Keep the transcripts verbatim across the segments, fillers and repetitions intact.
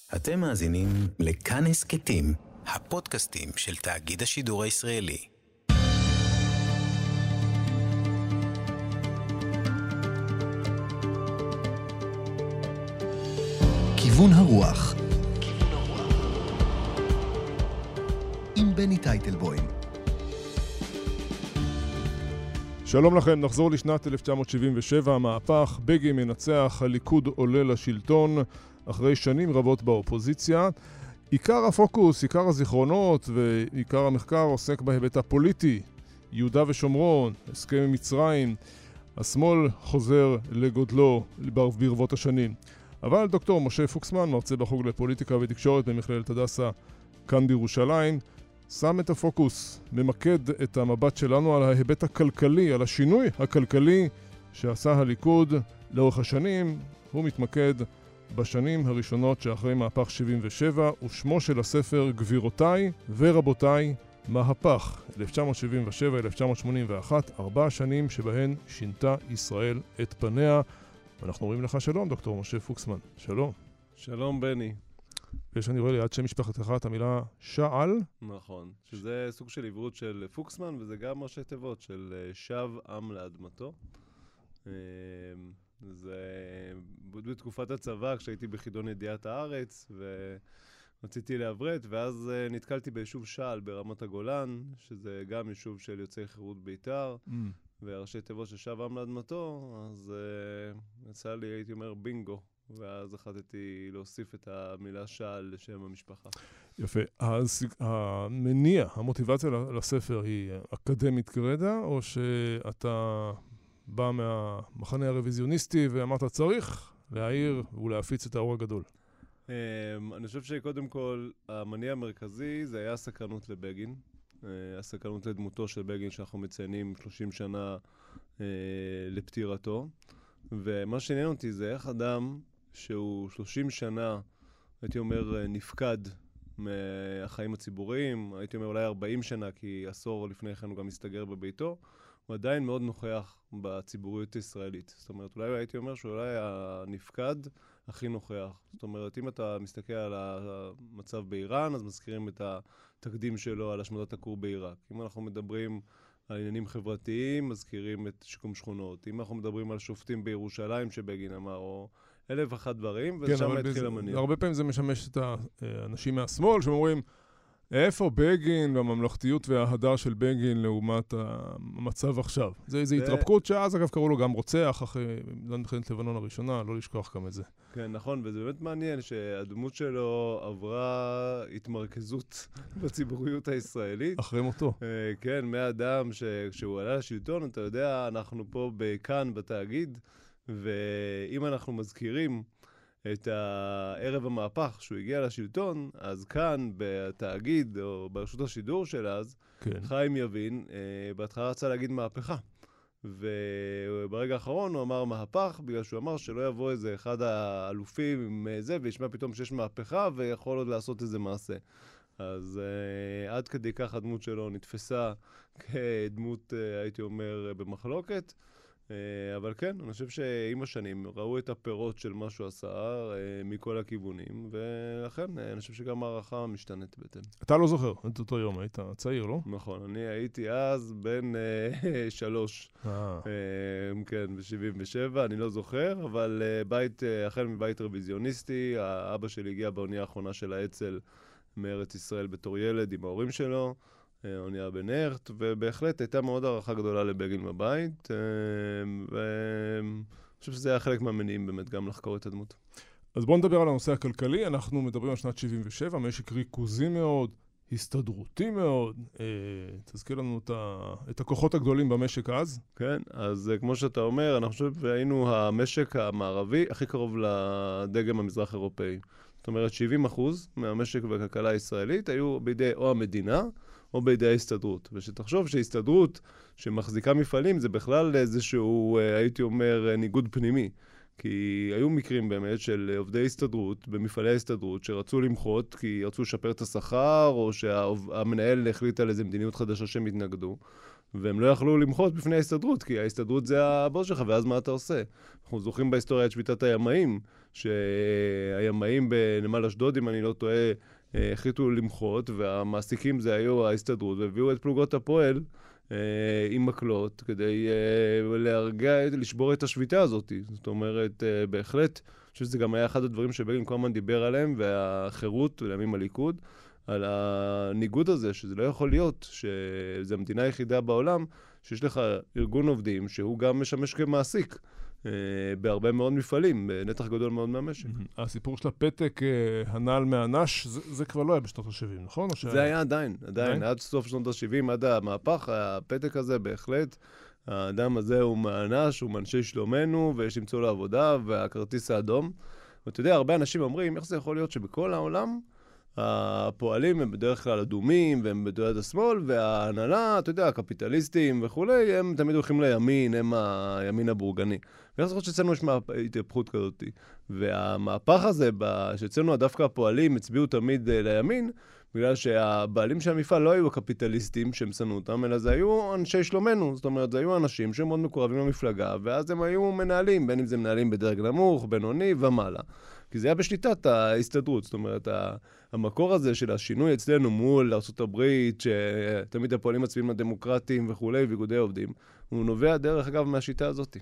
אתם מאזינים לכאן הסכתים, הפודקאסטים של תאגיד השידור הישראלי. כיוון הרוח עם בני טייטלבוים. שלום לכם, נחזור לשנת אלף תשע מאות שבעים ושבע, המהפך, בגין מנצח, הליכוד עולה לשלטון אחרי שנים רבות באופוזיציה. עיקר הפוקוס, עיקר הזיכרונות ועיקר המחקר עוסק בהיבט הפוליטי, יהודה ושומרון, הסכם עם מצרים, השמאל חוזר לגודלו ברבות השנים. אבל דוקטור משה פוקסמן, מרצה בחוג לפוליטיקה ותקשורת במכללת הדסה כאן בירושלים, שם את הפוקוס, ממקד את המבט שלנו על ההיבט הכלכלי, על השינוי הכלכלי שעשה הליכוד לאורך השנים. הוא מתמקד בשנים הראשונות שאחרי מהפך שבעים ושבע, ושמו של הספר גבירותיי ורבותיי, מהפך אלף תשע מאות שבעים ושבע עד אלף תשע מאות שמונים ואחת, ארבע שנים שבהן שינתה ישראל את פניה. ואנחנו אומרים לך שלום, דוקטור משה פוקסמן. שלום. שלום בני. ויש אני רואה ליד שם משפחתך את המילה שעל. נכון, שזה סוג של עברות של פוקסמן, וזה גם ראשי תיבות של שב עם לאדמתו. זה בתקופת הצבא, כשהייתי בחידון ידיעת הארץ, ורציתי לעברת, ואז נתקלתי ביישוב שעל ברמת הגולן, שזה גם יישוב של יוצאי חירות בית"ר, mm. וראשי תיבות של שב עם לאדמתו, אז uh, יצא לי, הייתי אומר, בינגו. ואז החלטתי להוסיף את המילה שעל לשם המשפחה. יפה. אז המניע, המוטיבציה לספר היא אקדמית גרידא, או שאתה בא מהמחנה הרוויזיוניסטי ואמרת צריך להעיר ולהפיץ את האור הגדול? אני חושב שקודם כל, המניע המרכזי זה היה הסקרנות לבגין. הסקרנות לדמותו של בגין שאנחנו מציינים שלושים שנה לפטירתו. ומה שעניין אותי זה איך אדם שהוא שלושים שנה, הייתי אומר, נפקד מהחיים הציבוריים, הייתי אומר אולי ארבעים שנה, כי עשור לפני כן הוא גם מסתגר בביתו, הוא עדיין מאוד נוכח בציבוריות הישראלית. זאת אומרת, אולי הייתי אומר שהוא אולי הנפקד הכי נוכח. זאת אומרת, אם אתה מסתכל על המצב באיראן, אז מזכירים את התקדים שלו על השמדת הכור בעיראק. אם אנחנו מדברים על עניינים חברתיים, מזכירים את שיקום שכונות. אם אנחנו מדברים על שופטים בירושלים שבגין אמר, או אלף ואחת דברים, כן, ושם התחיל המניע. הרבה פעמים זה משמש את האנשים מהשמאל, שאומרים, איפה בגין והממלכתיות וההדר של בגין לעומת המצב עכשיו? זה איזו זה... התרפקות שאז אגב קראו לו גם רוצח, אחרי מלחמת לבנון הראשונה, לא לשכוח גם את זה. כן, נכון, וזה באמת מעניין שהדמות שלו עברה התמרכזות בציבוריות הישראלית. אחרי מותו. כן, מאדם שכשהוא עלה לשלטון, אתה יודע, אנחנו פה בכאן בתאגיד, ואם אנחנו מזכירים את הערב המהפך שהוא הגיע לשלטון, אז כאן בתאגיד או ברשות השידור של אז, כן. חיים יבין, אה, בהתחלה רצה להגיד מהפכה. וברגע האחרון הוא אמר מהפך, בגלל שהוא אמר שלא יבוא איזה אחד האלופים עם זה, וישמע פתאום שיש מהפכה ויכול עוד לעשות איזה מעשה. אז אה, עד כדי כך הדמות שלו נתפסה כדמות, אה, הייתי אומר, במחלוקת. אבל כן, אני חושב שעם השנים ראו את הפירות של מה שהוא עשה מכל הכיוונים, ולכן אני חושב שגם הערכה משתנית בהתאם. אתה לא זוכר את אותו יום, היית צעיר, לא? נכון, אני הייתי אז בן שלוש, כן, ב-שבעים ושבע, אני לא זוכר, אבל בית, החל מבית רוויזיוניסטי, האבא שלי הגיע באונייה האחרונה של האצ"ל מארץ ישראל בתור ילד עם ההורים שלו, אונייה בנרט, ובהחלט הייתה מאוד הערכה גדולה לבגין בבית, ואני חושב שזה היה חלק מהמניעים באמת גם לחקור את הדמות. אז בואו נדבר על הנושא הכלכלי. אנחנו מדברים על שנת שבעים ושבע, משק ריכוזי מאוד, הסתדרותי מאוד. תזכיר לנו את הכוחות הגדולים במשק אז. כן, אז כמו שאתה אומר, אני חושב שהיינו המשק המערבי הכי קרוב לדגם המזרח אירופאי. זאת אומרת, שבעים אחוז מהמשק והכלכלה הישראלית היו בידי או המדינה, או בידי ההסתדרות. ושתחשוב שההסתדרות שמחזיקה מפעלים זה בכלל איזשהו, הייתי אומר, ניגוד פנימי. כי היו מקרים באמת של עובדי הסתדרות, במפעלי ההסתדרות, שרצו למחות כי רצו לשפר את השכר, או שהמנהל החליט על איזו מדיניות חדשה שהם התנגדו. והם לא יכלו למחות בפני ההסתדרות, כי ההסתדרות זה הבוס שלך, ואז מה אתה עושה? אנחנו זוכרים בהיסטוריה את שביתת הימאים, שהימאים בנמל אשדוד, אם אני לא טועה, החליטו למחות, והמעסיקים זה היו ההסתדרות, והביאו את פלוגות הפועל עם מקלות, כדי להרגע, לשבור את השביתה הזאת. זאת אומרת, בהחלט, אני חושב שזה גם היה אחד הדברים שבגין כל הזמן דיבר עליהם, והחירות, לימים הליכוד, על הניגוד הזה, שזה לא יכול להיות, שזו המדינה היחידה בעולם, שיש לך ארגון עובדים, שהוא גם משמש כמעסיק, בהרבה מאוד מפעלים, בנתח גדול מאוד מהמשק. הסיפור של הפתק הנעל מהנש, זה כבר לא היה בשנות ה-שבעים, נכון? זה היה עדיין, עדיין, עד סוף שנות ה-שבעים, עד המהפך, הפתק הזה בהחלט, האדם הזה הוא מהנש, הוא מאנשי שלומנו, ויש למצוא לעבודה, והכרטיס האדום. ואתה יודע, הרבה אנשים אומרים, איך זה יכול להיות שבכל העולם, הפועלים הם בדרך כלל אדומים, והם בדרך השמאל, וההנהלה, אתה יודע, הקפיטליסטים וכולי, הם תמיד הולכים לימין, הם הימין הבורגני. ואיך זה חושב שאצלנו יש התהפכות כזאת. והמהפך הזה, שאצלנו דווקא הפועלים הצביעו תמיד לימין, בגלל שהבעלים של המפעל לא היו הקפיטליסטים שהם שנאו אותם, אלא זה היו אנשי שלומנו. זאת אומרת, זה היו אנשים שהם מאוד מקורבים למפלגה, ואז הם היו מנהלים, בין אם זה מנהלים בדרג נמוך, בינוני ומעלה. כי זה היה בשליטת ההסתדרות. זאת אומרת, המקור הזה של השינוי אצלנו מול ארצות הברית, שתמיד הפועלים מצביעים הדמוקרטיים וכולי, ואיגודי עובדים, הוא נובע דרך אגב מהשיטה הזאת.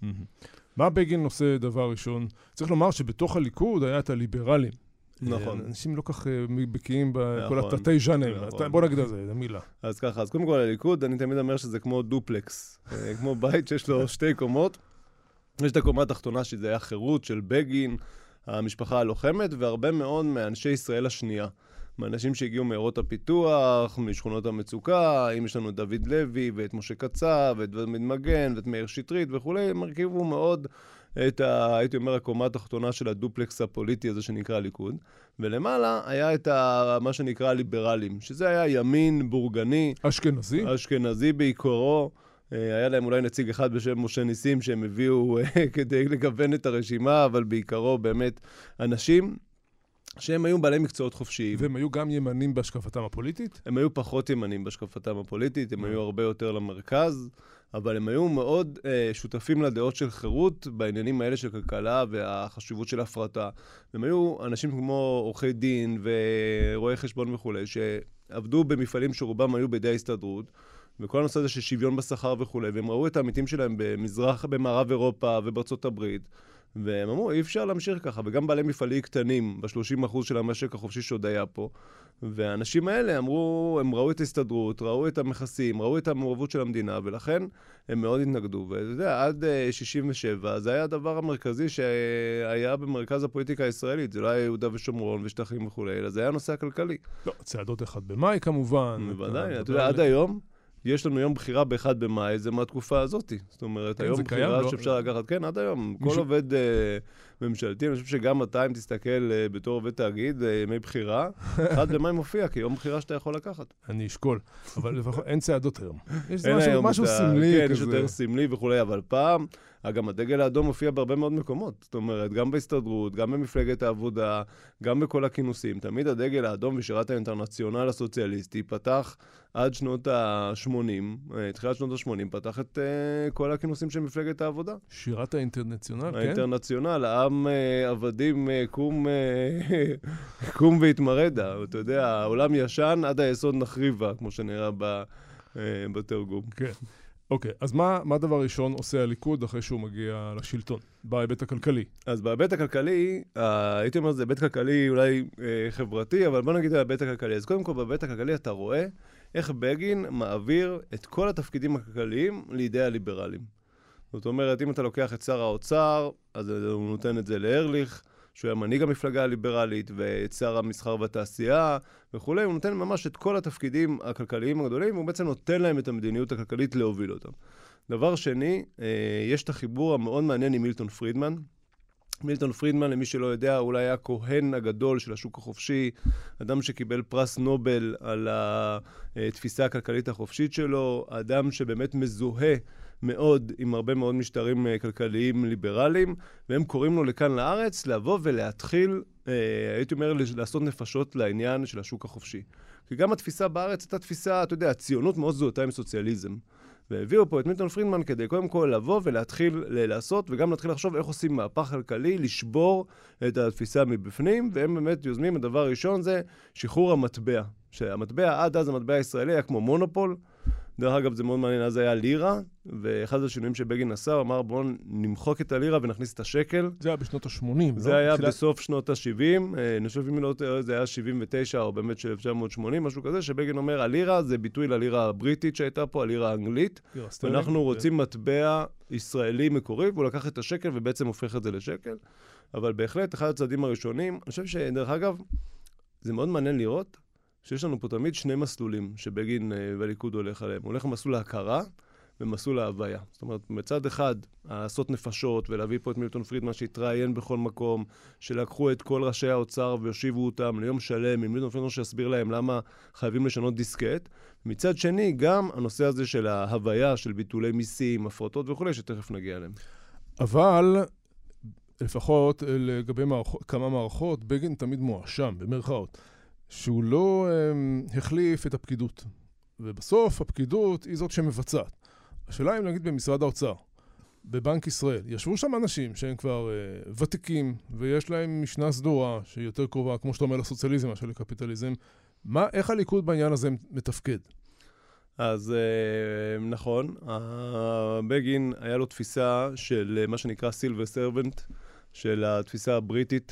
מה בגין עושה דבר ראשון? צריך לומר שבתוך הליכוד היה את הליברלים. נכון. אנשים לא כך בקיאים בכל התתי ז'אנרים. בוא נגיד על זה, זה מילה. אז ככה, אז קודם כל הליכוד, אני תמיד אומר שזה כמו דופלקס. כמו בית שיש לו שתי קומות. יש את הקומה התחתונה שזה היה חירות של בגין, המשפחה הלוחמת, והרבה מאוד מאנשי ישראל השנייה. מאנשים שהגיעו מעיירות הפיתוח, משכונות המצוקה, אם יש לנו את דוד לוי ואת משה קצב, ואת דוד מגן, ואת מאיר שטרית וכולי, הם הרכיבו מאוד את, ה, הייתי אומר, הקומה התחתונה של הדופלקס הפוליטי הזה שנקרא ליכוד. ולמעלה היה את ה, מה שנקרא ליברלים, שזה היה ימין בורגני. אשכנזי? אשכנזי בעיקרו. היה להם אולי נציג אחד בשם משה ניסים שהם הביאו כדי לגוון את הרשימה, אבל בעיקרו באמת אנשים שהם היו בעלי מקצועות חופשיים. והם היו גם ימנים בהשקפתם הפוליטית? הם היו פחות ימנים בהשקפתם הפוליטית, הם היו הרבה יותר למרכז, אבל הם היו מאוד אה, שותפים לדעות של חירות בעניינים האלה של כלכלה והחשיבות של הפרטה. הם היו אנשים כמו עורכי דין ורואי חשבון וכו', שעבדו במפעלים שרובם היו בידי ההסתדרות, וכל הנושא הזה של שוויון בשכר וכו', והם ראו את העמיתים שלהם במזרח, במערב אירופה ובארצות הברית, והם אמרו, אי אפשר להמשיך ככה, וגם בעלי מפעלים קטנים, ב-שלושים אחוז של המשק החופשי שעוד היה פה, והאנשים האלה אמרו, הם ראו את ההסתדרות, ראו את המכסים, ראו את המעורבות של המדינה, ולכן הם מאוד התנגדו. ואתה יודע, עד שישים ושבע, זה היה הדבר המרכזי שהיה במרכז הפוליטיקה הישראלית, זה לא היה יהודה ושומרון ושטחים וכו', אלא זה היה הנושא הכלכלי. לא, צעדות אחד במאי כמובן. בוודאי, אתה יודע, עד היום, יש לנו יום בחירה באחד במאי, זה מהתקופה הזאת. זאת אומרת, היום בחירה שאפשר לקחת, כן, עד היום. כל עובד ממשלתי, אני חושב שגם אתה, אם תסתכל בתור עובד תאגיד, ימי בחירה, אחד במאי מופיע, כי יום בחירה שאתה יכול לקחת. אני אשכול, אבל לפחות אין צעדות היום. יש משהו סמלי כזה. כן, יש יותר סמלי וכולי, אבל פעם, גם הדגל האדום מופיע בהרבה מאוד מקומות. זאת אומרת, גם בהסתדרות, גם במפלגת העבודה, גם בכל הכינוסים. תמיד הדגל האדום ושירת האינטרנציונל הסוציאליסטי פתח עד שנות ה-שמונים, תחילת שנות ה-שמונים, פתח את uh, כל הכינוסים של מפלגת העבודה. שירת האינטרנציונל, כן? האינטרנציונל, העם uh, עבדים uh, קום, uh, קום והתמרדה. אתה יודע, העולם ישן עד היסוד נחריבה, כמו שנראה ב, uh, בתרגום. כן. אוקיי, אז מה, מה דבר ראשון עושה הליכוד אחרי שהוא מגיע לשלטון, בהיבט הכלכלי? אז בהיבט הכלכלי, אה, הייתי אומר, זה היבט כלכלי אולי אה, חברתי, אבל בוא נגיד על ההיבט הכלכלי. אז קודם כל, בהיבט הכלכלי אתה רואה איך בגין מעביר את כל התפקידים הכלכליים לידי הליברלים. זאת אומרת, אם אתה לוקח את שר האוצר, אז הוא נותן את זה לארליך, שהוא היה מנהיג המפלגה הליברלית, ואת שר המסחר והתעשייה וכו'. הוא נותן ממש את כל התפקידים הכלכליים הגדולים, והוא בעצם נותן להם את המדיניות הכלכלית להוביל אותם. דבר שני, יש את החיבור המאוד מעניין עם מילטון פרידמן. מילטון פרידמן, למי שלא יודע, אולי היה הכהן הגדול של השוק החופשי, אדם שקיבל פרס נובל על התפיסה הכלכלית החופשית שלו, אדם שבאמת מזוהה מאוד, עם הרבה מאוד משטרים כלכליים ליברליים, והם קוראים לו לכאן לארץ, לבוא ולהתחיל, הייתי אומר, לעשות נפשות לעניין של השוק החופשי. כי גם התפיסה בארץ הייתה תפיסה, אתה יודע, הציונות מאוד זהותה עם סוציאליזם. והביאו פה את מילטון פרידמן כדי קודם כל לבוא ולהתחיל לעשות, וגם להתחיל לחשוב איך עושים מהפך כלכלי, לשבור את התפיסה מבפנים, והם באמת יוזמים, הדבר הראשון זה שחרור המטבע. שהמטבע, עד אז המטבע הישראלי היה כמו מונופול, דרך אגב זה מאוד מעניין, אז היה לירה, ואחד השינויים שבגין עשה, הוא אמר בואו נמחוק את הלירה ונכניס את השקל. זה היה בשנות ה-שמונים, לא? זה היה בסוף שנות ה-שבעים, אני חושב אם לא תראה, זה היה שבעים ותשע או באמת של אלף תשע מאות שמונים, משהו כזה, שבגין אומר, הלירה זה ביטוי ללירה הבריטית שהייתה פה, הלירה האנגלית, ואנחנו רוצים מטבע ישראלי מקורי, והוא לקח את השקל ובעצם הופך את זה לשקל, אבל בהחלט אחד הצעדים הראשונים, אני חושב שדרך אגב, זה מאוד מעניין לראות, שיש לנו פה תמיד שני מסלולים שבגין והליכוד הולך עליהם. הוא הולך למסלול ההכרה ומסלול ההוויה. זאת אומרת, מצד אחד, לעשות נפשות ולהביא פה את מילטון פרידמן שהתראיין בכל מקום, שלקחו את כל ראשי האוצר ויושיבו אותם ליום שלם, עם מילטון פרידמן שיסביר להם למה חייבים לשנות דיסקט. מצד שני, גם הנושא הזה של ההוויה, של ביטולי מיסים, הפרטות וכו', שתכף נגיע אליהם. אבל לפחות לגבי מערכות, כמה מערכות, בגין תמיד מואשם, במרכאות. שהוא לא um, החליף את הפקידות. ובסוף הפקידות היא זאת שמבצעת. השאלה אם נגיד במשרד האוצר, בבנק ישראל, ישבו שם אנשים שהם כבר uh, ותיקים, ויש להם משנה סדורה שהיא יותר קרובה, כמו שאתה אומר, לסוציאליזם, של הקפיטליזם. מה, איך הליכוד בעניין הזה מתפקד? אז uh, נכון, בגין היה לו תפיסה של מה שנקרא סילבר סרבנט, של התפיסה הבריטית,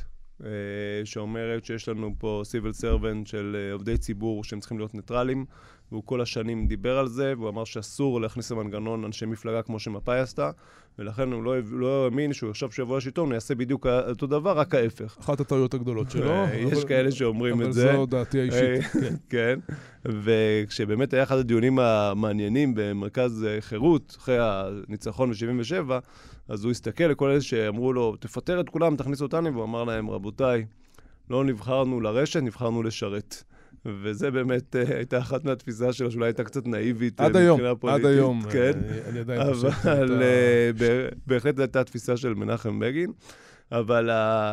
שאומרת שיש לנו פה סיביל סרבנט של עובדי ציבור שהם צריכים להיות ניטרלים, והוא כל השנים דיבר על זה, והוא אמר שאסור להכניס למנגנון אנשי מפלגה כמו שמפאי עשתה, ולכן הוא לא, לא האמין שהוא עכשיו שיבוא השלטון, הוא יעשה בדיוק אותו דבר, רק ההפך. אחת הטעויות הגדולות שלו. יש כאלה שאומרים את זה. אבל זו דעתי האישית. כן. וכשבאמת היה אחד הדיונים המעניינים במרכז חירות, אחרי הניצחון ב-שבעים ושבע, אז הוא הסתכל לכל אלה שאמרו לו, תפטר את כולם, תכניס אותנו, והוא אמר להם, רבותיי, לא נבחרנו לרשת, נבחרנו לשרת. וזה באמת הייתה אחת מהתפיסה שלו, שאולי הייתה קצת נאיבית מבחינה פוליטית. עד היום, כן? אני עדיין חושב. אבל בהחלט הייתה תפיסה של מנחם בגין. אבל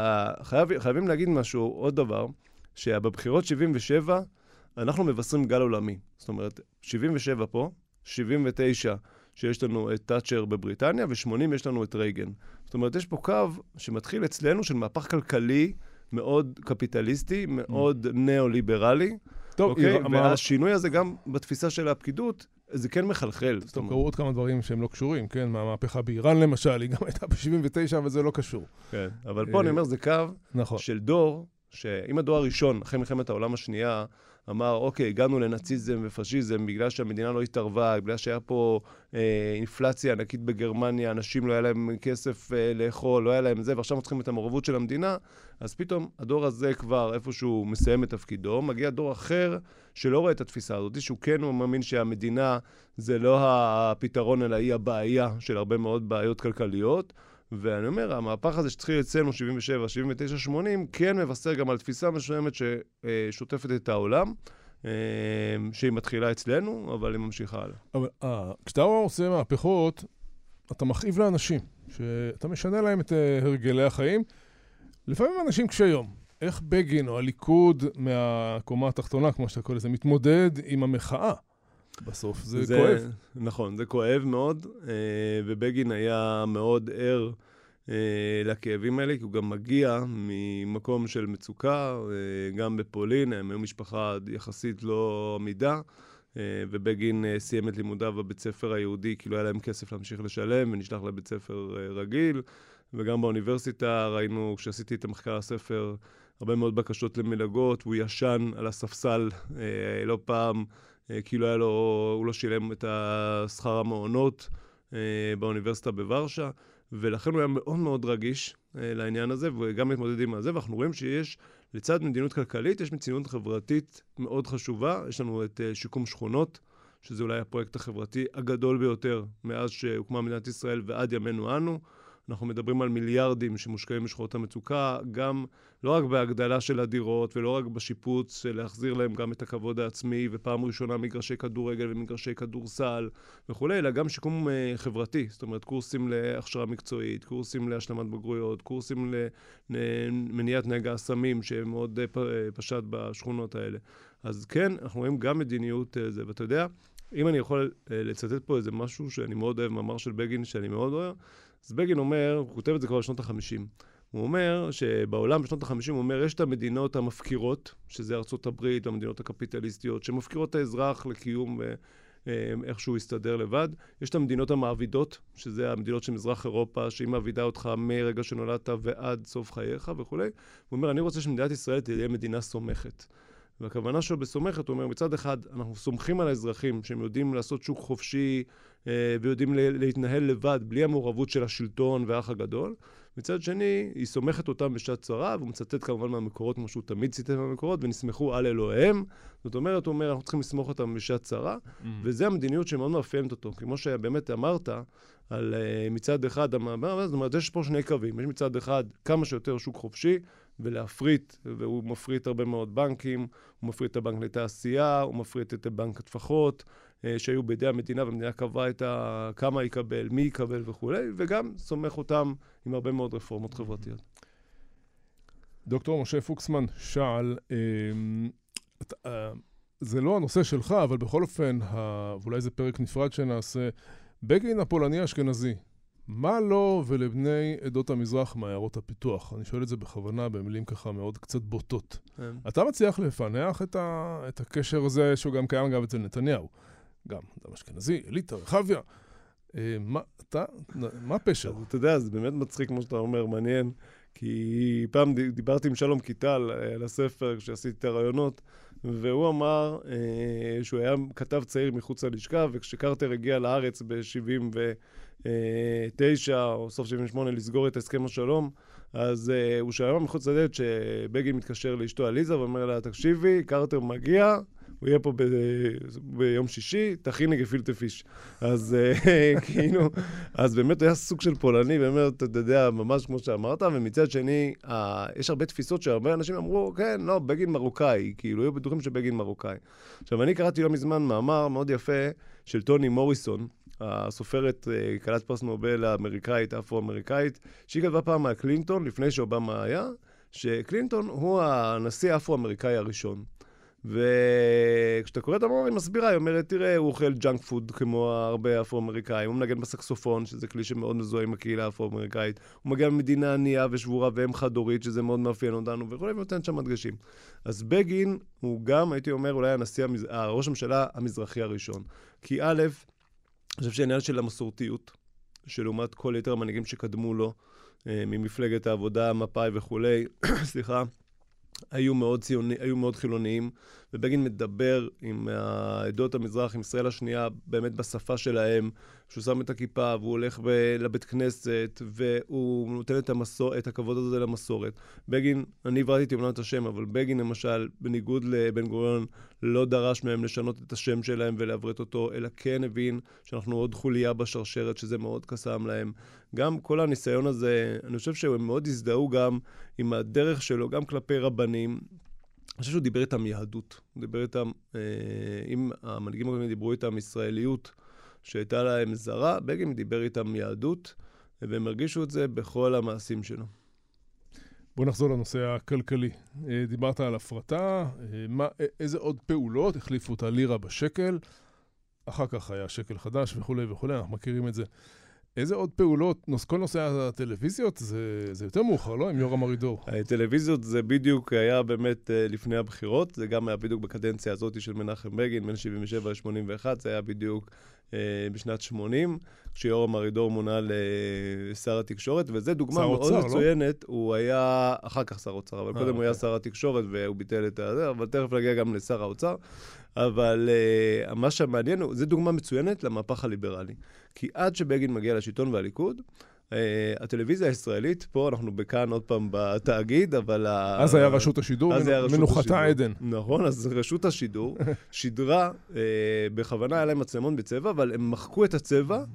חייבים להגיד משהו, עוד דבר, שבבחירות שבעים ושבע, אנחנו מבשרים גל עולמי. זאת אומרת, שבעים ושבע פה, שבעים ותשע שיש לנו את טאצ'ר בבריטניה, ו-שמונים יש לנו את רייגן. זאת אומרת, יש פה קו שמתחיל אצלנו של מהפך כלכלי, מאוד קפיטליסטי, מאוד ניאו-ליברלי. טוב, אוקיי? והשינוי הזה גם בתפיסה של הפקידות, זה כן מחלחל. טוב, קראו עוד כמה דברים שהם לא קשורים, כן? מהמהפכה באיראן למשל, היא גם הייתה ב-שבעים ותשע, אבל זה לא קשור. כן, אבל פה אני אומר, זה קו של דור, שאם הדור הראשון, אחרי מלחמת העולם השנייה, אמר, אוקיי, הגענו לנאציזם ופשיזם, בגלל שהמדינה לא התערבה, בגלל שהיה פה אה, אינפלציה ענקית בגרמניה, אנשים לא היה להם כסף אה, לאכול, לא היה להם זה, ועכשיו צריכים את המעורבות של המדינה, אז פתאום הדור הזה כבר איפשהו מסיים את תפקידו, מגיע דור אחר שלא רואה את התפיסה הזאת, שהוא כן הוא מאמין שהמדינה זה לא הפתרון, אלא היא הבעיה של הרבה מאוד בעיות כלכליות, ואני אומר, המהפך הזה שתחיל אצלנו שבעים ושבע, שבעים ותשע, שמונים, כן מבשר גם על תפיסה מסוימת ששוטפת את העולם, שהיא מתחילה אצלנו, אבל היא ממשיכה הלאה. אבל כשאתה עושה מהפכות, אתה מכאיב לאנשים, שאתה משנה להם את הרגלי החיים. לפעמים אנשים קשי יום. איך בגין או הליכוד מהקומה התחתונה, כמו שאתה קורא לזה, מתמודד עם המחאה? בסוף זה, זה כואב. נכון, זה כואב מאוד, ובגין היה מאוד ער לכאבים האלה, כי הוא גם מגיע ממקום של מצוקה, גם בפולין, הם היו משפחה יחסית לא עמידה, ובגין סיים את לימודיו בבית ספר היהודי, כי לא היה להם כסף להמשיך לשלם, ונשלח לבית ספר רגיל, וגם באוניברסיטה ראינו, כשעשיתי את המחקר הספר, הרבה מאוד בקשות למלגות, והוא ישן על הספסל לא פעם, כאילו היה לו, הוא לא שילם את השכר המעונות באוניברסיטה בוורשה, ולכן הוא היה מאוד מאוד רגיש לעניין הזה, וגם מתמודדים על זה, ואנחנו רואים שיש, לצד מדיניות כלכלית, יש מדיניות חברתית מאוד חשובה, יש לנו את שיקום שכונות, שזה אולי הפרויקט החברתי הגדול ביותר, מאז שהוקמה מדינת ישראל ועד ימינו אנו, אנחנו מדברים על מיליארדים שמושקעים בשכונות המצוקה, גם לא רק בהגדלה של הדירות ולא רק בשיפוץ, להחזיר להם גם את הכבוד העצמי, ופעם ראשונה מגרשי כדורגל ומגרשי כדורסל וכו', אלא גם שיקום uh, חברתי, זאת אומרת קורסים להכשרה מקצועית, קורסים להשלמת בגרויות, קורסים למניעת נגע הסמים שמאוד uh, פשט בשכונות האלה. אז כן, אנחנו רואים גם מדיניות uh, זה, ואתה יודע, אם אני יכול uh, לצטט פה איזה משהו שאני מאוד אוהב, מאמר של בגין שאני מאוד אוהב, אז בגין אומר, הוא כותב את זה כבר בשנות ה-חמישים, הוא אומר שבעולם בשנות ה-חמישים, הוא אומר, יש את המדינות המפקירות, שזה ארצות הברית והמדינות הקפיטליסטיות, שמפקירות את האזרח לקיום ואיכשהו יסתדר לבד. יש את המדינות המעבידות, שזה המדינות של מזרח אירופה, שהיא מעבידה אותך מרגע שנולדת ועד סוף חייך וכו'. הוא אומר, אני רוצה שמדינת ישראל תהיה מדינה סומכת. והכוונה שלו בסומכת, הוא אומר, מצד אחד, אנחנו סומכים על האזרחים שהם יודעים לעשות שוק חופשי אה, ויודעים להתנהל לבד, בלי המעורבות של השלטון והאח הגדול. מצד שני, היא סומכת אותם בשעת צרה, והוא מצטט כמובן מהמקורות, כמו שהוא תמיד ציטט מהמקורות, ונסמכו על אלוהיהם. זאת אומרת, הוא אומר, אנחנו צריכים לסמוך אותם בשעת צרה, mm-hmm. וזה המדיניות שמאוד מאפיינת אותו. כמו שבאמת אמרת, על uh, מצד אחד, זאת אומרת, יש פה שני קווים. יש מצד אחד כמה שיותר שוק חופשי, ולהפריט, והוא מפריט הרבה מאוד בנקים, הוא מפריט את הבנק לתעשייה, הוא מפריט את בנק הטפחות, שהיו בידי המדינה, והמדינה קבעה את ה... כמה יקבל, מי יקבל וכו', וגם סומך אותם עם הרבה מאוד רפורמות חברתיות. דוקטור משה פוקסמן שאל, זה לא הנושא שלך, אבל בכל אופן, ואולי זה פרק נפרד שנעשה, בגין הפולני האשכנזי, מה לו ולבני עדות המזרח מעיירות הפיתוח? אני שואל את זה בכוונה, במילים ככה מאוד קצת בוטות. אתה מצליח לפענח את, ה... את הקשר הזה, שהוא גם קיים גם אצל נתניהו. גם אדם אשכנזי, אליטה, רחביה. אה, מה, אתה, מה הפשר? אז אתה יודע, זה באמת מצחיק, כמו שאתה אומר, מעניין, כי פעם דיברתי עם שלום קיטל על הספר, כשעשיתי את הרעיונות, והוא אמר אה, שהוא היה כתב צעיר מחוץ ללשכה, וכשקרטר הגיע לארץ ב-שבעים ותשע או סוף שבעים ושמונה לסגור את הסכם השלום, אז אה, הוא שהיה מחוץ לדלת שבגין מתקשר לאשתו עליזה ואומר לה, תקשיבי, קרטר מגיע, הוא יהיה פה ב- ביום שישי, תכיני גפילטע פיש. אז כאילו, אז באמת היה סוג של פולני, באמת, אתה יודע, ממש כמו שאמרת, ומצד שני, יש הרבה תפיסות שהרבה אנשים אמרו, כן, לא, בגין מרוקאי, כאילו, היו בטוחים שבגין מרוקאי. עכשיו, אני קראתי לא מזמן מאמר מאוד יפה של טוני מוריסון, הסופרת כלת פרס נובל האמריקאית, האפרו-אמריקאית, שהיא כתבה פעם מהקלינטון, לפני שאובמה היה, שקלינטון הוא הנשיא האפרו-אמריקאי הראשון. וכשאתה קורא את המאמר, היא מסבירה, היא אומרת, תראה, הוא אוכל ג'אנק פוד כמו הרבה אפרו-אמריקאים, הוא מנגן בסקסופון, שזה כלי שמאוד מזוהה עם הקהילה האפרו-אמריקאית, הוא מגיע ממדינה ענייה ושבורה ואם חד-הורית, שזה מאוד מאפיין אותנו, וכו' ונותן שם הדגשים. אז בגין הוא גם, הייתי אומר, אולי הנשיא, המז... ראש הממשלה המזרחי הראשון. כי א', אני חושב שהעניין של המסורתיות, שלעומת כל יתר המנהיגים שקדמו לו, ממפלגת העבודה, מפא"י וכו', סליחה, היו מאוד ציוני, היו מאוד חילוניים, ובגין מדבר עם העדות המזרח, עם ישראל השנייה, באמת בשפה שלהם, שהוא שם את הכיפה, והוא הולך ב- לבית כנסת, והוא נותן את, המסור, את הכבוד הזה למסורת. בגין, אני עברתי אומנם את השם, אבל בגין למשל, בניגוד לבן גוריון, לא דרש מהם לשנות את השם שלהם ולעברת אותו, אלא כן הבין שאנחנו עוד חוליה בשרשרת, שזה מאוד קסם להם. גם כל הניסיון הזה, אני חושב שהם מאוד הזדהו גם עם הדרך שלו, גם כלפי רבנים. אני חושב שהוא דיבר איתם יהדות. הוא דיבר איתם, אה, אם המנהיגים הקודמים דיברו איתם ישראליות, שהייתה להם זרה, בגין דיבר איתם יהדות, והם הרגישו את זה בכל המעשים שלו. בוא נחזור לנושא הכלכלי. דיברת על הפרטה, מה, איזה עוד פעולות החליפו את הלירה בשקל, אחר כך היה שקל חדש וכו' וכו', אנחנו מכירים את זה. איזה עוד פעולות, כל נושא הטלוויזיות, זה, זה יותר מאוחר, לא? עם יורם ארידור. הטלוויזיות זה בדיוק היה באמת לפני הבחירות, זה גם היה בדיוק בקדנציה הזאת של מנחם בגין, בין שבעים ושבע ל-שמונים ואחת, זה היה בדיוק בשנת שמונים, כשיורם ארידור מונה לשר התקשורת, וזו דוגמה מאוד אוצר, מצוינת, לא? הוא היה אחר כך שר אוצר, אבל 아, קודם אוקיי. הוא היה שר התקשורת והוא ביטל את זה, אבל תכף נגיע גם לשר האוצר, אבל uh, מה שמעניין הוא, זו דוגמה מצוינת למהפך הליברלי. כי עד שבגין מגיע לשלטון והליכוד, הטלוויזיה הישראלית, פה אנחנו בכאן עוד פעם בתאגיד, אבל... אז היה רשות השידור, מנוחתה עדן. נכון, אז רשות השידור שידרה, בכוונה היה להם מצלמות בצבע, אבל הם מחקו את הצבע,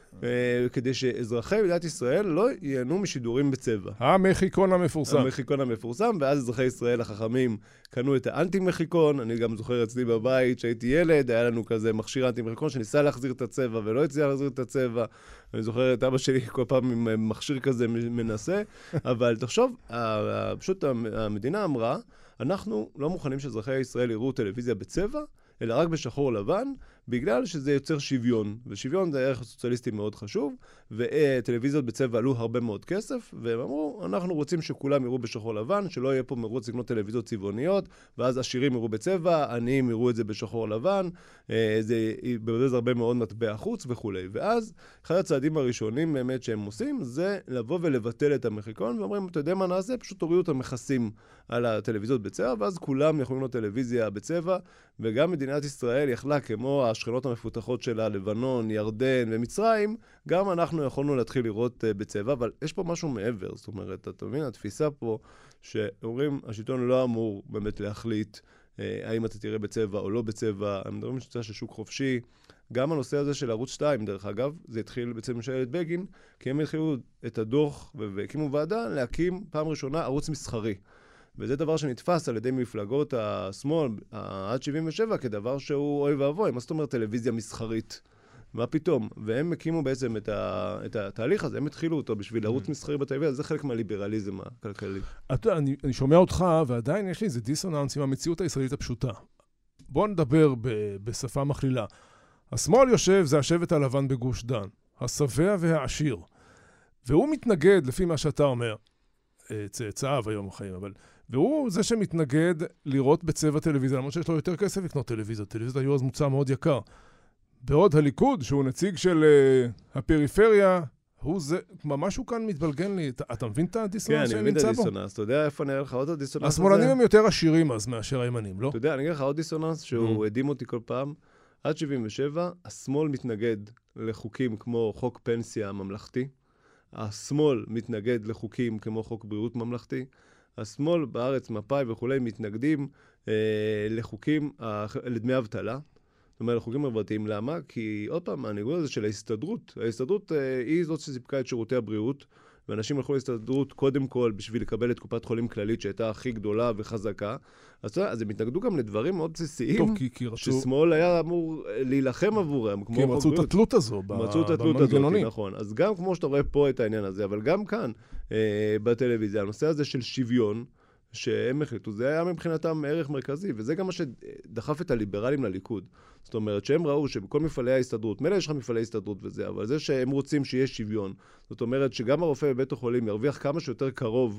כדי שאזרחי מדינת ישראל לא ייהנו משידורים בצבע. המחיקון המפורסם. המחיקון המפורסם, ואז אזרחי ישראל החכמים קנו את האנטי-מחיקון. אני גם זוכר אצלי בבית שהייתי ילד, היה לנו כזה מכשיר אנטי-מחיקון שניסה להחזיר את הצבע ולא הצליח להחזיר את הצבע. אני זוכר את אבא שלי כל פעם עם מכשיר כזה מנסה, אבל תחשוב, פשוט המדינה אמרה, אנחנו לא מוכנים שאזרחי ישראל יראו טלוויזיה בצבע, אלא רק בשחור לבן, בגלל שזה יוצר שוויון, ושוויון זה ערך סוציאליסטי מאוד חשוב, וטלוויזיות בצבע עלו הרבה מאוד כסף, והם אמרו, אנחנו רוצים שכולם יראו בשחור לבן, שלא יהיה פה מרוץ לקנות טלוויזיות צבעוניות, ואז עשירים יראו בצבע, עניים יראו את זה בשחור לבן, זה יבזבז הרבה מאוד מטבע חוץ וכו'. ואז אחד הצעדים הראשונים באמת שהם עושים, זה לבוא ולבטל את המחיקון, ואומרים, אתה יודע מה נעשה? פשוט תורידו את המכסים על הטלוויזיות בצבע, ואז כולם יכולים לראות טלוויזיה בצבע, וגם מדינת ישראל יכלה, כמו השכנות המפותחות שלה, לבנון, ירדן ומצרים, גם אנחנו יכולנו להתחיל לראות uh, בצבע, אבל יש פה משהו מעבר. זאת אומרת, אתה מבין, התפיסה פה, שאומרים, השלטון לא אמור באמת להחליט uh, האם אתה תראה בצבע או לא בצבע, הם מדברים על של שוק חופשי. גם הנושא הזה של ערוץ שתיים, דרך אגב, זה התחיל בעצם ממשלת בגין, כי הם התחילו את הדוח והקימו ועדה להקים פעם ראשונה ערוץ מסחרי. וזה דבר שנתפס על ידי מפלגות השמאל עד שבעים ושבע כדבר שהוא אוי ואבוי. מה זאת אומרת טלוויזיה מסחרית? מה פתאום? והם הקימו בעצם את, ה, את התהליך הזה, הם התחילו אותו בשביל ערוץ מסחרי בטלוויזיה, זה חלק מהליברליזם הכלכלי. אתה, אני, אני שומע אותך, ועדיין יש לי איזה דיסוננס עם המציאות הישראלית הפשוטה. בוא נדבר ב, בשפה מכלילה. השמאל יושב, זה השבט הלבן בגוש דן, השבע והעשיר. והוא מתנגד, לפי מה שאתה אומר, צאצאיו היום החיים, אבל... והוא זה שמתנגד לראות בצבע טלוויזיה, למרות שיש לו יותר כסף לקנות טלוויזיה. טלוויזיה היו אז מוצא מאוד יקר. בעוד הליכוד, שהוא נציג של uh, הפריפריה, הוא זה, משהו כאן מתבלגן לי. אתה, אתה מבין את הדיסוננס שאני נמצא בו? כן, אני מבין את הדיסוננס. אתה יודע איפה נראה לך עוד הדיסוננס הזה? השמאלנים הם יותר עשירים אז מאשר הימנים, לא? אתה יודע, אני אגיד לך עוד דיסוננס שהוא הדהים אותי כל פעם. עד שבעים ושבע, השמאל מתנגד לחוקים כמו חוק פנסיה ממלכתי. השמאל מתנגד לחוקים כמו חוק בריאות ממלכתי. השמאל בארץ, מפאי וכולי, מתנגדים אה, לחוקים, אה, לדמי אבטלה. זאת אומרת, לחוקים חברתיים. למה? כי עוד פעם, הניגוד הזה של ההסתדרות. ההסתדרות אה, היא זאת שסיפקה את שירותי הבריאות, ואנשים הלכו להסתדרות קודם כל בשביל לקבל את קופת חולים כללית שהייתה הכי גדולה וחזקה. אז, אז הם התנגדו גם לדברים מאוד בסיסיים, טוב, כי, כי רצו... ששמאל היה אמור להילחם עבורם. כי הם רצו את התלות הזו במנגנונים. נכון. אז גם כמו שאתה רואה פה את העניין הזה, אבל גם כאן, אה, בטלוויזיה, הנושא הזה של שוויון, שהם החליטו, זה היה מבחינתם ערך מרכזי, וזה גם מה שדחף את הליברלים לליכוד. זאת אומרת, שהם ראו שבכל מפעלי ההסתדרות, מילא יש לך מפעלי הסתדרות וזה, אבל זה שהם רוצים שיש שוויון. זאת אומרת, שגם הרופא בבית החולים ירוויח כמה שיותר קרוב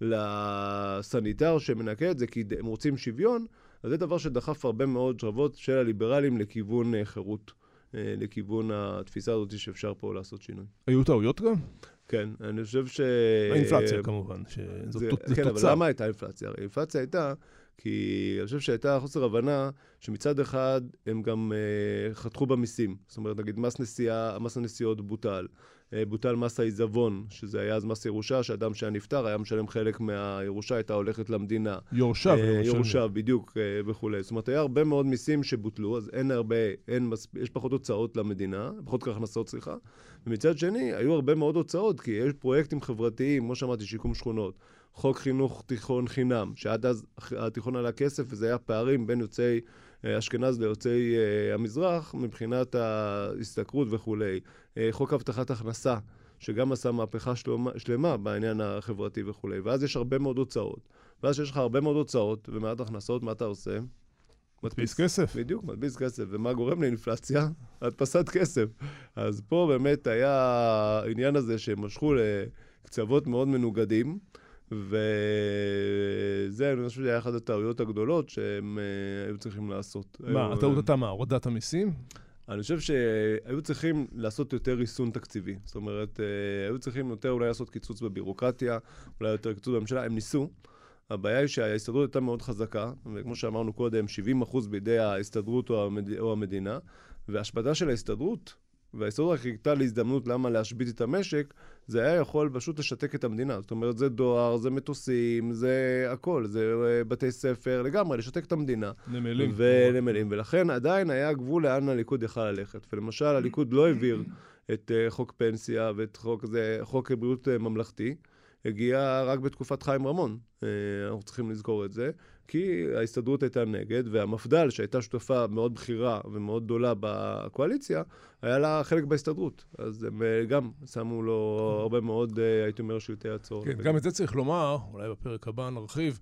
לסניטר שמנקה את זה, כי הם רוצים שוויון, אז זה דבר שדחף הרבה מאוד שרבות של הליברלים לכיוון חירות, לכיוון התפיסה הזאת שאפשר פה לעשות שינוי. היו טעויות גם? כן, אני חושב ש... האינפלציה כמובן, שזאת תוצאה. כן, אבל למה הייתה אינפלציה? האינפלציה הייתה, כי אני חושב שהייתה חוסר הבנה שמצד אחד הם גם uh, חתכו במיסים. זאת אומרת, נגיד, מס נסיעה, מס הנסיעות בוטל. Uh, בוטל מס העיזבון, שזה היה אז מס ירושה, שאדם שהיה נפטר היה משלם חלק מהירושה, הייתה הולכת למדינה. יורשיו. Uh, יורשיו, בדיוק, uh, וכו'. זאת אומרת, היה הרבה מאוד מיסים שבוטלו, אז אין הרבה, אין מס... יש פחות הוצאות למדינה, פחות כהכנסות, סליחה. ומצד שני, היו הרבה מאוד הוצאות, כי יש פרויקטים חברתיים, כמו שאמרתי, שיקום שכונות. חוק חינוך תיכון חינם, שעד אז התיכון עלה כסף, וזה היה פערים בין יוצאי אשכנז ליוצאי המזרח, מבחינת ההסתכרות וכו'. חוק הבטחת הכנסה, שגם עשה מהפכה שלמה, שלמה בעניין החברתי וכו'. ואז יש הרבה מאוד הוצאות. ואז שיש לך הרבה מאוד הוצאות, ומעט הכנסות, מה אתה עושה? מדפיס כסף. בדיוק, מדפיס כסף. ומה גורם לאינפלציה? הדפסת כסף. אז פה באמת היה העניין הזה שהם משכו לקצוות מאוד מנוגדים, וזה, אני חושב שהיה אחת הטעויות הגדולות שהם היו צריכים לעשות. מה, הטעות הייתה מה? הורדת המיסים? אני חושב שהיו צריכים לעשות יותר ריסון תקציבי. זאת אומרת, היו צריכים יותר אולי לעשות קיצוץ בבירוקרטיה, אולי יותר קיצוץ בממשלה. הם ניסו. הבעיה היא שההסתדרות הייתה מאוד חזקה, וכמו שאמרנו קודם, שבעים אחוז בידי ההסתדרות או המדינה, וההשפעה של ההסתדרות וההסתדרות חיכתה להזדמנות למה להשבית את המשק, זה היה יכול פשוט לשתק את המדינה. זאת אומרת, זה דואר, זה מטוסים, זה הכל, זה בתי ספר, לגמרי, לשתק את המדינה. נמלים. ונמלים, ולכן עדיין היה גבול לאן הליכוד יכל ללכת. ולמשל, הליכוד לא העביר את חוק פנסיה ואת חוק, זה, חוק בריאות ממלכתי, הגיע רק בתקופת חיים רמון. אנחנו צריכים לזכור את זה, כי ההסתדרות הייתה נגד, והמפד"ל, שהייתה שותפה מאוד בכירה ומאוד גדולה בקואליציה, היה לה חלק בהסתדרות. אז הם גם שמו לו הרבה מאוד, הייתי אומר, שלטי עצור. כן, גם את זה צריך לומר, אולי בפרק הבא נרחיב,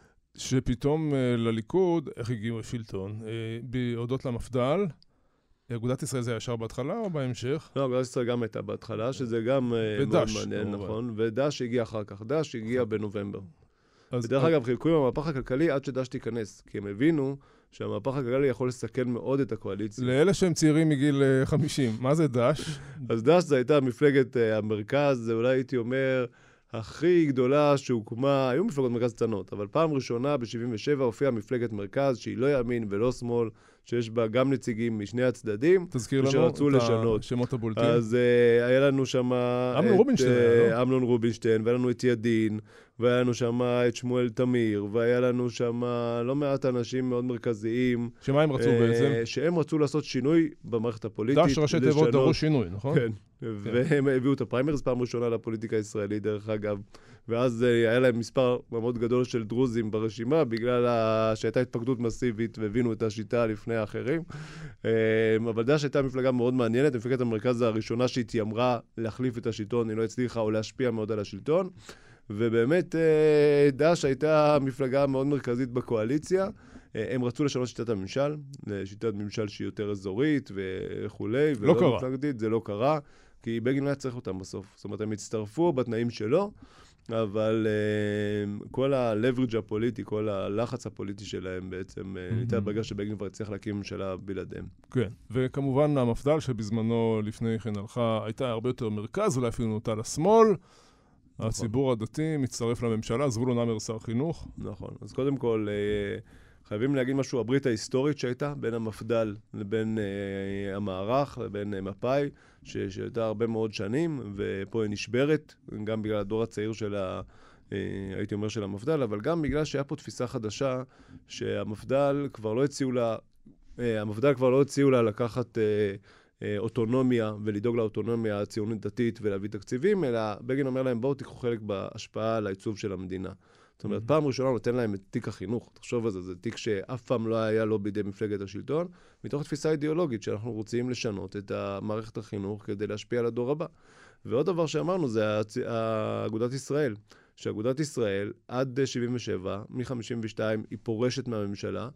שפתאום לליכוד, איך הגיעו השלטון, בהודות למפד"ל, אגודת ישראל זה ישר בהתחלה או בהמשך? לא, אגודת ישראל גם הייתה בהתחלה, שזה גם מאוד מעניין, נכון. ודש הגיע אחר כך. דש הגיע בנובמבר. בדרך אגב, חילקו עם המהפך הכלכלי עד שדש תיכנס, כי הם הבינו שהמהפך הכלכלי יכול לסכן מאוד את הקואליציה. לאלה שהם צעירים מגיל חמישים, מה זה דש? אז דש זה הייתה מפלגת המרכז, זה אולי הייתי אומר, הכי גדולה שהוקמה, היו מפלגות מרכז קטנות, אבל פעם ראשונה ב-שבעים ושבע הופיעה מפלגת מרכז שהיא לא ימין ולא שמאל, שיש בה גם נציגים משני הצדדים, תזכיר לנו שרצו את לשנות. השמות הבולטים. אז uh, היה לנו שם אמנון רובינשטיין, uh, אמנון רובינשטיין, והיה לנו את ידין, והיה לנו שם את שמואל תמיר, והיה לנו שם לא מעט אנשים מאוד מרכזיים. שמה הם רצו uh, בעצם? שהם רצו לעשות שינוי במערכת הפוליטית. דש ראשי תיבות דרוש שינוי, נכון? כן. והם הביאו את הפריימריז פעם ראשונה לפוליטיקה הישראלית, דרך אגב. ואז היה להם מספר מאוד גדול של דרוזים ברשימה, בגלל שהייתה התפקדות מסיבית, והבינו את השיטה לפני האחרים. אבל דש הייתה מפלגה מאוד מעניינת, מפלגת המרכז הראשונה שהתיימרה להחליף את השלטון, היא לא הצליחה או להשפיע מאוד על השלטון. ובאמת דש הייתה מפלגה מאוד מרכזית בקואליציה. הם רצו לשנות שיטת הממשל, לשיטת ממשל שהיא יותר אזורית וכולי. לא קרה. מפלגתית, זה לא קרה, כי בגין לא היה צריך אותם בסוף. זאת אומרת, הם הצטרפו בתנאים שלו, אבל uh, כל ה-leverage הפוליטי, כל הלחץ הפוליטי שלהם בעצם uh, ניתן ברגע שבגין כבר הצליח להקים ממשלה בלעדיהם. כן, וכמובן המפד"ל שבזמנו לפני כן הלכה, הייתה הרבה יותר מרכז, אולי אפילו נוטה לשמאל. נכון. הציבור הדתי מצטרף לממשלה, זבולון המר שר חינוך. נכון, אז קודם כל uh, חייבים להגיד משהו, הברית ההיסטורית שהייתה בין המפד"ל לבין uh, המערך, לבין uh, מפא"י, שהייתה הרבה מאוד שנים, ופה היא נשברת, גם בגלל הדור הצעיר של ה... הייתי אומר של המפד"ל, אבל גם בגלל שהיה פה תפיסה חדשה, שהמפד"ל כבר לא הציעו לה, המפד"ל כבר לא הציעו לה לקחת אוטונומיה ולדאוג לאוטונומיה הציונית דתית ולהביא תקציבים, אלא בגין אומר להם, בואו תיקחו חלק בהשפעה על העיצוב של המדינה. זאת אומרת, פעם ראשונה נותן להם את תיק החינוך. תחשוב על זה, זה תיק שאף פעם לא היה לו בידי מפלגת השלטון, מתוך תפיסה אידיאולוגית שאנחנו רוצים לשנות את מערכת החינוך כדי להשפיע על הדור הבא. ועוד דבר שאמרנו זה אגודת ישראל. שאגודת ישראל עד שבעים ושבע, מ-חמישים ושתיים, היא פורשת מהממשלה,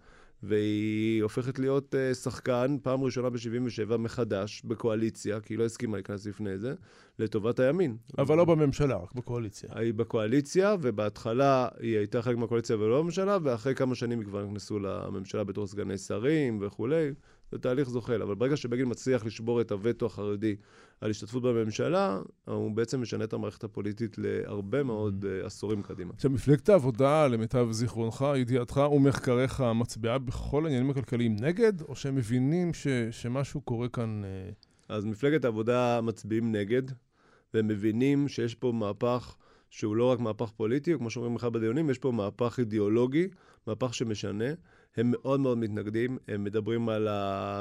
והיא הופכת להיות uh, שחקן, פעם ראשונה ב-שבעים ושבע, מחדש, בקואליציה, כי היא לא הסכימה להיכנס לפני זה, לטובת הימין. אבל לא בממשלה, רק בקואליציה. היא בקואליציה, ובהתחלה היא הייתה חלק מהקואליציה ולא בממשלה, ואחרי כמה שנים היא כבר נכנסו לממשלה בתור סגני שרים וכולי. זה תהליך זוחל, אבל ברגע שבגין מצליח לשבור את הווטו החרדי על השתתפות בממשלה, הוא בעצם משנה את המערכת הפוליטית להרבה מאוד uh, עשורים קדימה. שמפלגת העבודה, למיטב זיכרונך, ידיעתך ומחקריך, מצביעה בכל העניינים הכלכליים נגד, או שהם מבינים ש, שמשהו קורה כאן? Uh... אז מפלגת העבודה מצביעים נגד, והם מבינים שיש פה מהפך שהוא לא רק מהפך פוליטי, או כמו שאומרים לך בדיונים, יש פה מהפך אידיאולוגי, מהפך שמשנה. הם מאוד מאוד מתנגדים, הם מדברים על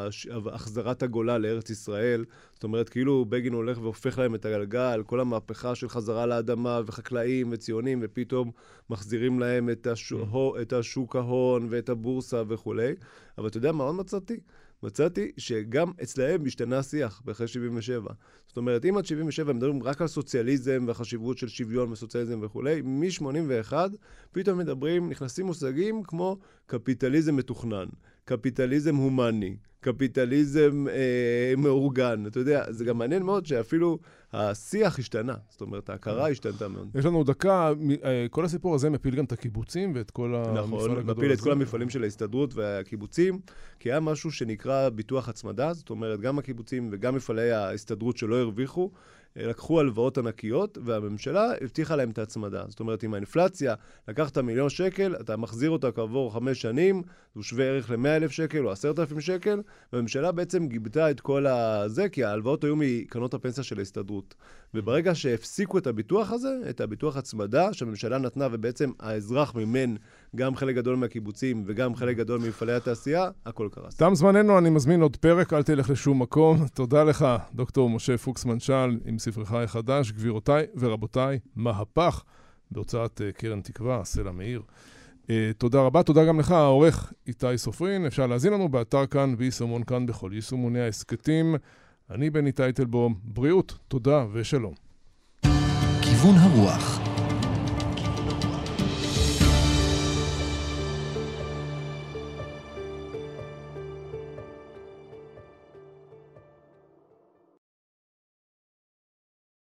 החזרת הגולה לארץ ישראל, זאת אומרת, כאילו בגין הולך והופך להם את הגלגל, כל המהפכה של חזרה לאדמה וחקלאים וציונים, ופתאום מחזירים להם את, השוק, את השוק ההון ואת הבורסה וכו'. אבל אתה יודע מה עוד מצאתי? מצאתי שגם אצלהם משתנה השיח באחרי שבעים ושבע. זאת אומרת, אם עד שבעים ושבע מדברים רק על סוציאליזם והחשיבות של שוויון וסוציאליזם וכו', מ-שמונים ואחת פתאום מדברים, נכנסים מושגים כמו קפיטליזם מתוכנן, קפיטליזם הומני, קפיטליזם אה, מאורגן. אתה יודע, זה גם מעניין מאוד שאפילו השיח השתנה. זאת אומרת, ההכרה השתנתה מאוד. יש לנו דקה, כל הסיפור הזה מפיל גם את הקיבוצים ואת כל המפעל הגדול הזה. נכון, מפיל את כל המפעלים של ההסתדרות והקיבוצים, כי היה משהו שנקרא ביטוח הצמדה, זאת אומרת, גם הקיבוצים וגם מפעלי ההסתדרות שלא הרוויחו, לקחו הלוואות ענקיות, והממשלה הבטיחה להם את ההצמדה. זאת אומרת, עם האינפלציה, לקחת מיליון שקל, אתה מחזיר אותה כעבור חמש שנים, הוא שווה ערך ל-מאה אלף שקל או עשרת אלפים שקל, והממשלה בעצם גיבתה את כל הזה, כי ההלוואות היו מקרנות הפנסיה של ההסתדרות. וברגע שהפסיקו את הביטוח הזה, את הביטוח הצמדה שהממשלה נתנה, ובעצם האזרח מימן גם חלק גדול מהקיבוצים וגם חלק גדול ממפעלי התעשייה, הכל קרס. תם זמננו, אני מזמין עוד פרק, אל תלך לשום מקום. תודה לך, דוקטור משה פוקס-מנשל, עם ספרך החדש, גבירותיי ורבותיי, מהפך, בהוצאת קרן תקווה, סלע מאיר. תודה רבה, תודה גם לך, העורך איתי סופרין. אפשר להזין לנו באתר כאן ויישומון כאן בכל יישומוני העסקתים. אני בני טייטלבום, בריאות, תודה ושלום. כיוון הרוח